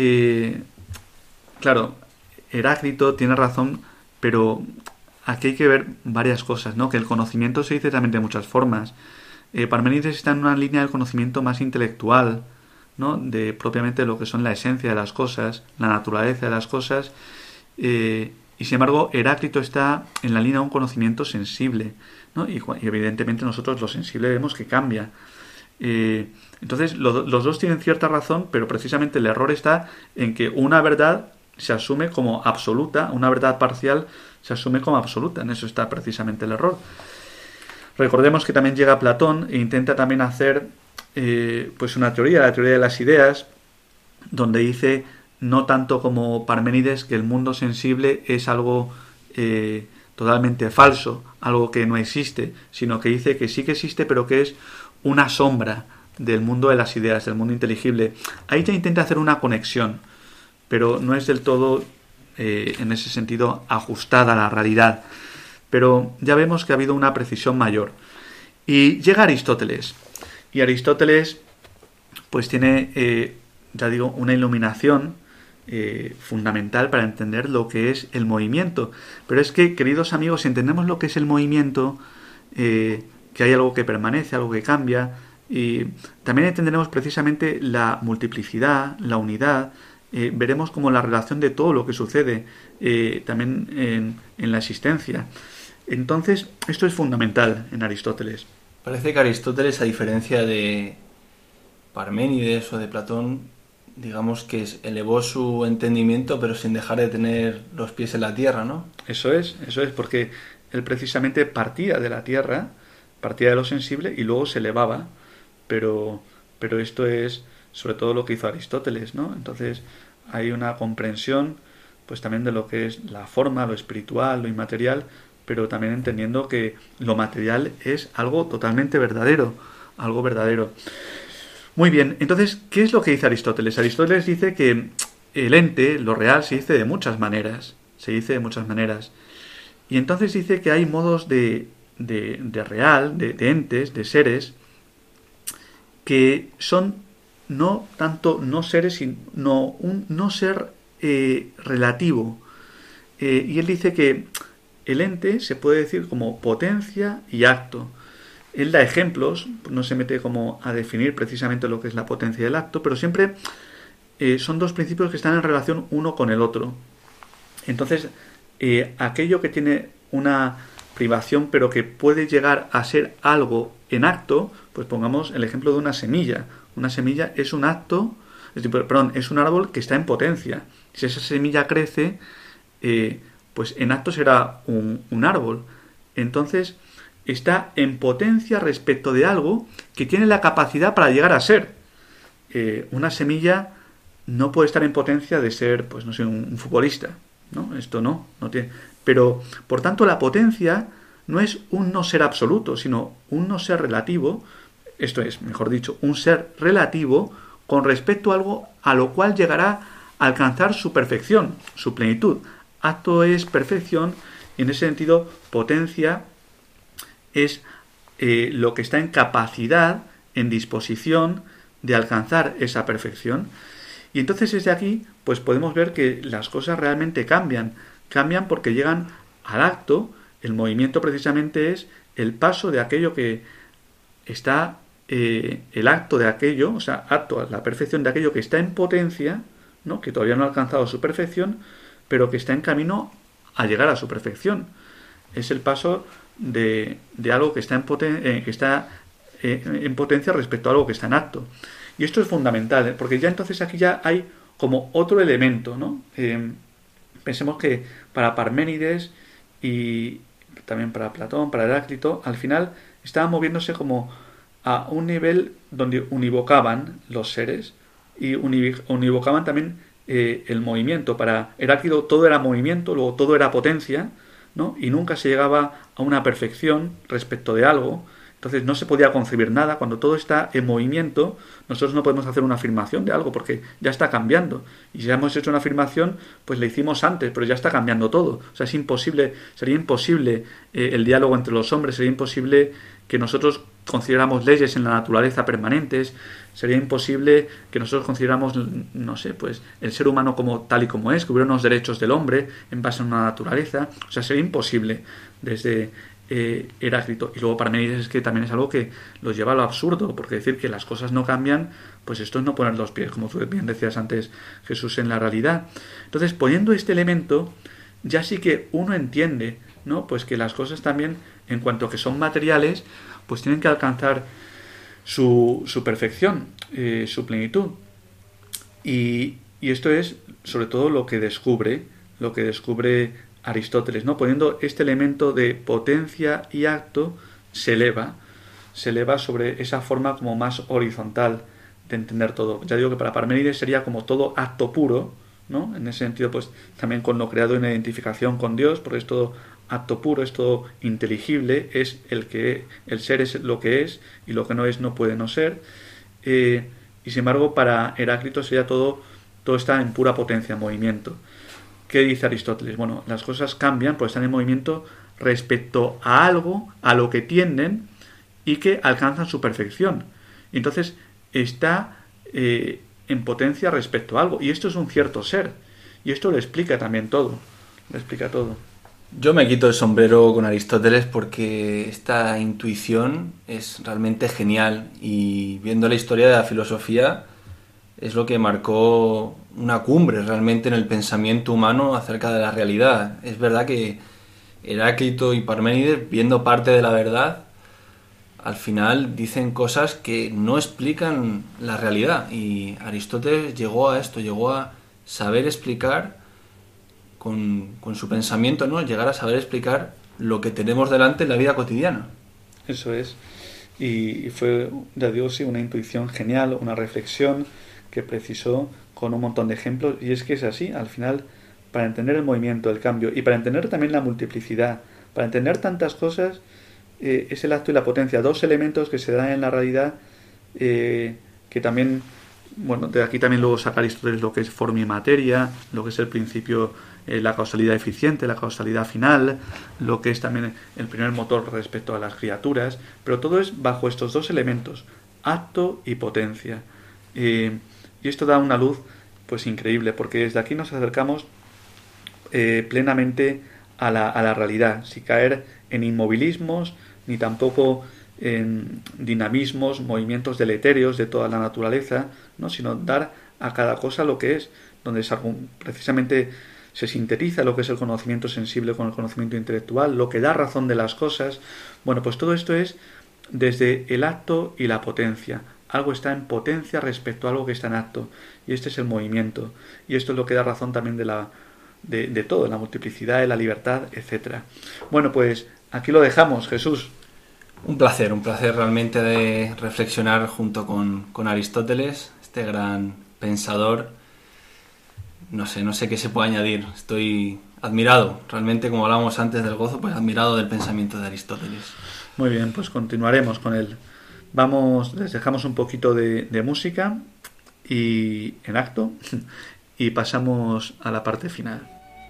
claro, Heráclito tiene razón, pero aquí hay que ver varias cosas, ¿no? Que el conocimiento se dice también de muchas formas. Parménides está en una línea del conocimiento más intelectual, ¿no? De propiamente lo que son la esencia de las cosas, la naturaleza de las cosas, y sin embargo Heráclito está en la línea de un conocimiento sensible, ¿no? Y evidentemente nosotros lo sensible vemos que cambia. Entonces los dos tienen cierta razón, pero precisamente el error está en que una verdad se asume como absoluta, una verdad parcial se asume como absoluta. En eso está precisamente el error. Recordemos que también llega Platón e intenta también hacer pues una teoría, la teoría de las ideas, donde dice, no tanto como Parménides, que el mundo sensible es algo totalmente falso, algo que no existe, sino que dice que sí que existe, pero que es una sombra del mundo de las ideas, del mundo inteligible. Ahí ya intenta hacer una conexión, pero no es del todo, en ese sentido, ajustada a la realidad. Pero ya vemos que ha habido una precisión mayor. Y llega Aristóteles. Y Aristóteles pues tiene, ya digo, una iluminación fundamental para entender lo que es el movimiento. Pero es que, queridos amigos, si entendemos lo que es el movimiento, que hay algo que permanece, algo que cambia, y también entenderemos precisamente la multiplicidad, la unidad. Veremos como la relación de todo lo que sucede también en la existencia. Entonces, esto es fundamental en Aristóteles. Parece que Aristóteles, a diferencia de Parménides o de Platón, digamos que elevó su entendimiento, pero sin dejar de tener los pies en la tierra, ¿no? Eso es, porque él precisamente partía de la tierra, partía de lo sensible y luego se elevaba, pero esto es sobre todo lo que hizo Aristóteles, ¿no? Entonces hay una comprensión pues también de lo que es la forma, lo espiritual, lo inmaterial, pero también entendiendo que lo material es algo totalmente verdadero, algo verdadero. Muy bien, entonces, ¿qué es lo que dice Aristóteles? Aristóteles dice que el ente, lo real, se dice de muchas maneras, y entonces dice que hay modos de real, de entes, de seres, que son no tanto no seres, sino un no ser relativo. Y él dice que el ente se puede decir como potencia y acto. Él da ejemplos, no se mete como a definir precisamente lo que es la potencia y el acto, pero siempre son dos principios que están en relación uno con el otro. Entonces, aquello que tiene una privación pero que puede llegar a ser algo en acto, pues pongamos el ejemplo de una semilla. Una semilla es un acto, es un árbol que está en potencia. Si esa semilla crece, pues en acto será un árbol. Entonces está en potencia respecto de algo que tiene la capacidad para llegar a ser. Una semilla no puede estar en potencia de ser, pues no sé, un futbolista, ¿no? Esto no tiene. Pero, por tanto, la potencia no es un no ser absoluto, sino un no ser relativo. Esto es, mejor dicho, un ser relativo con respecto a algo a lo cual llegará a alcanzar su perfección, su plenitud. Acto es perfección y en ese sentido potencia es lo que está en capacidad, en disposición de alcanzar esa perfección. Y entonces desde aquí pues podemos ver que las cosas realmente cambian porque llegan al acto. El movimiento precisamente es el paso de aquello que está, el acto de aquello, o sea, acto, la perfección de aquello que está en potencia, ¿no? Que todavía no ha alcanzado su perfección, pero que está en camino a llegar a su perfección. Es el paso de algo que está en potencia respecto a algo que está en acto. Y esto es fundamental, porque ya entonces aquí ya hay como otro elemento, ¿no? Pensemos que para Parménides y también para Platón, para Heráclito, al final estaban moviéndose como a un nivel donde univocaban los seres y univocaban también el movimiento. Para Heráclito todo era movimiento, luego todo era potencia, ¿no? Y nunca se llegaba a una perfección respecto de algo. Entonces no se podía concebir nada. Cuando todo está en movimiento, nosotros no podemos hacer una afirmación de algo porque ya está cambiando. Y si ya hemos hecho una afirmación, pues la hicimos antes, pero ya está cambiando todo. O sea, sería imposible el diálogo entre los hombres, sería imposible que nosotros consideramos leyes en la naturaleza permanentes, sería imposible que nosotros consideramos, no sé, pues el ser humano como tal y como es, que hubiera unos derechos del hombre en base a una naturaleza. O sea, sería imposible desde Heráclito. Y luego Parménides es que también es algo que los lleva a lo absurdo, porque decir que las cosas no cambian, pues esto es no poner los pies, como tú bien decías antes, Jesús, en la realidad. Entonces, poniendo este elemento, ya sí que uno entiende, ¿no? Pues que las cosas también, en cuanto que son materiales, pues tienen que alcanzar su perfección, su plenitud. Y esto es sobre todo lo que descubre Aristóteles, ¿no? Poniendo este elemento de potencia y acto, se eleva sobre esa forma como más horizontal de entender todo. Ya digo que para Parménides sería como todo acto puro, ¿no? En ese sentido, pues también con lo creado en identificación con Dios, porque es todo acto puro, es todo inteligible, es el ser es lo que es y lo que no es no puede no ser. Y sin embargo, para Heráclito sería todo está en pura potencia, en movimiento. ¿Qué dice Aristóteles? Bueno, las cosas cambian, pues están en movimiento respecto a algo, a lo que tienden y que alcanzan su perfección. Y entonces está en potencia respecto a algo. Y esto es un cierto ser. Y esto lo explica también todo. Lo explica todo. Yo me quito el sombrero con Aristóteles porque esta intuición es realmente genial. Y viendo la historia de la filosofía, es lo que marcó una cumbre realmente en el pensamiento humano acerca de la realidad. Es verdad que Heráclito y Parménides, viendo parte de la verdad, al final dicen cosas que no explican la realidad. Y Aristóteles llegó a esto, llegó a saber explicar con su pensamiento, ¿no? Llegar a saber explicar lo que tenemos delante en la vida cotidiana. Eso es. Y fue, ya digo, sí, una intuición genial, una reflexión que precisó con un montón de ejemplos. Y es que es así, al final, para entender el movimiento, el cambio, y para entender también la multiplicidad, para entender tantas cosas, es el acto y la potencia, dos elementos que se dan en la realidad, que también, bueno, de aquí también luego saca Aristóteles lo que es forma y materia, lo que es el principio, la causalidad eficiente, la causalidad final, lo que es también el primer motor respecto a las criaturas, pero todo es bajo estos dos elementos, acto y potencia. Y esto da una luz pues increíble, porque desde aquí nos acercamos plenamente a la realidad, sin caer en inmovilismos, ni tampoco en dinamismos, movimientos deletéreos de toda la naturaleza, ¿no? Sino dar a cada cosa lo que es, donde precisamente se sintetiza lo que es el conocimiento sensible con el conocimiento intelectual, lo que da razón de las cosas. Bueno, pues todo esto es desde el acto y la potencia. Algo está en potencia respecto a algo que está en acto, y este es el movimiento, y esto es lo que da razón también de todo, la multiplicidad, de la libertad, etcétera. Bueno, pues aquí lo dejamos, Jesús. Un placer realmente de reflexionar junto con Aristóteles, este gran pensador. No sé qué se puede añadir. Estoy admirado, realmente, como hablábamos antes del gozo, pues admirado del pensamiento de Aristóteles. Muy bien, pues continuaremos con él. Les dejamos un poquito de música y en acto y pasamos a la parte final.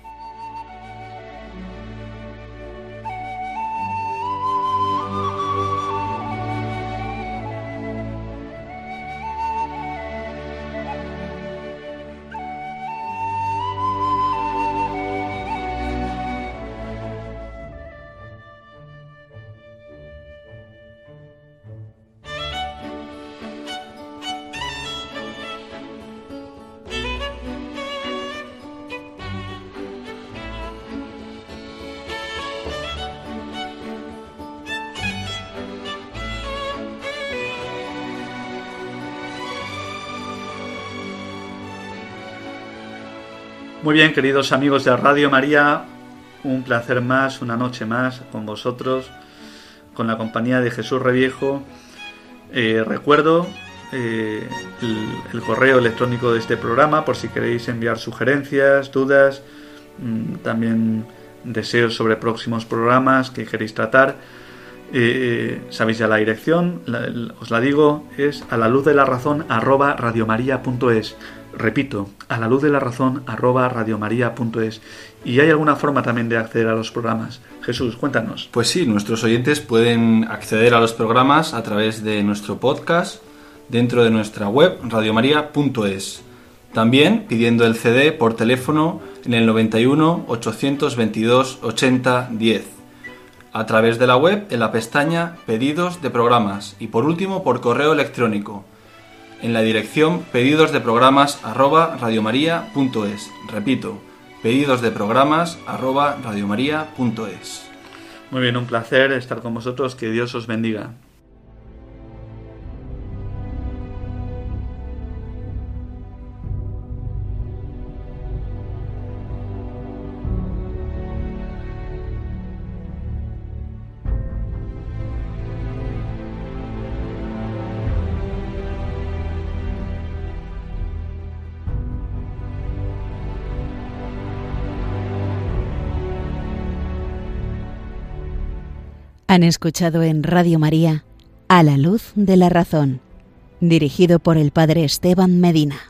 Muy bien, queridos amigos de Radio María, un placer más, una noche más con vosotros, con la compañía de Jesús Reviejo. Recuerdo el correo electrónico de este programa por si queréis enviar sugerencias, dudas, también deseos sobre próximos programas que queréis tratar. Sabéis ya la dirección, os la digo, es alaluzdelarrazon@radiomaria.es. Repito, alaluzdelarrazon@radiomaria.es. ¿Y hay alguna forma también de acceder a los programas? Jesús, cuéntanos. Pues sí, nuestros oyentes pueden acceder a los programas a través de nuestro podcast dentro de nuestra web radiomaria.es. También pidiendo el CD por teléfono en el 91 822 80 10. A través de la web en la pestaña Pedidos de programas y por último por correo electrónico en la dirección pedidosdeprogramas@radiomaria.es. Repito, pedidosdeprogramas@radiomaria.es. Muy bien, un placer estar con vosotros, que Dios os bendiga. Han escuchado en Radio María A la Luz de la Razón, dirigido por el Padre Esteban Medina.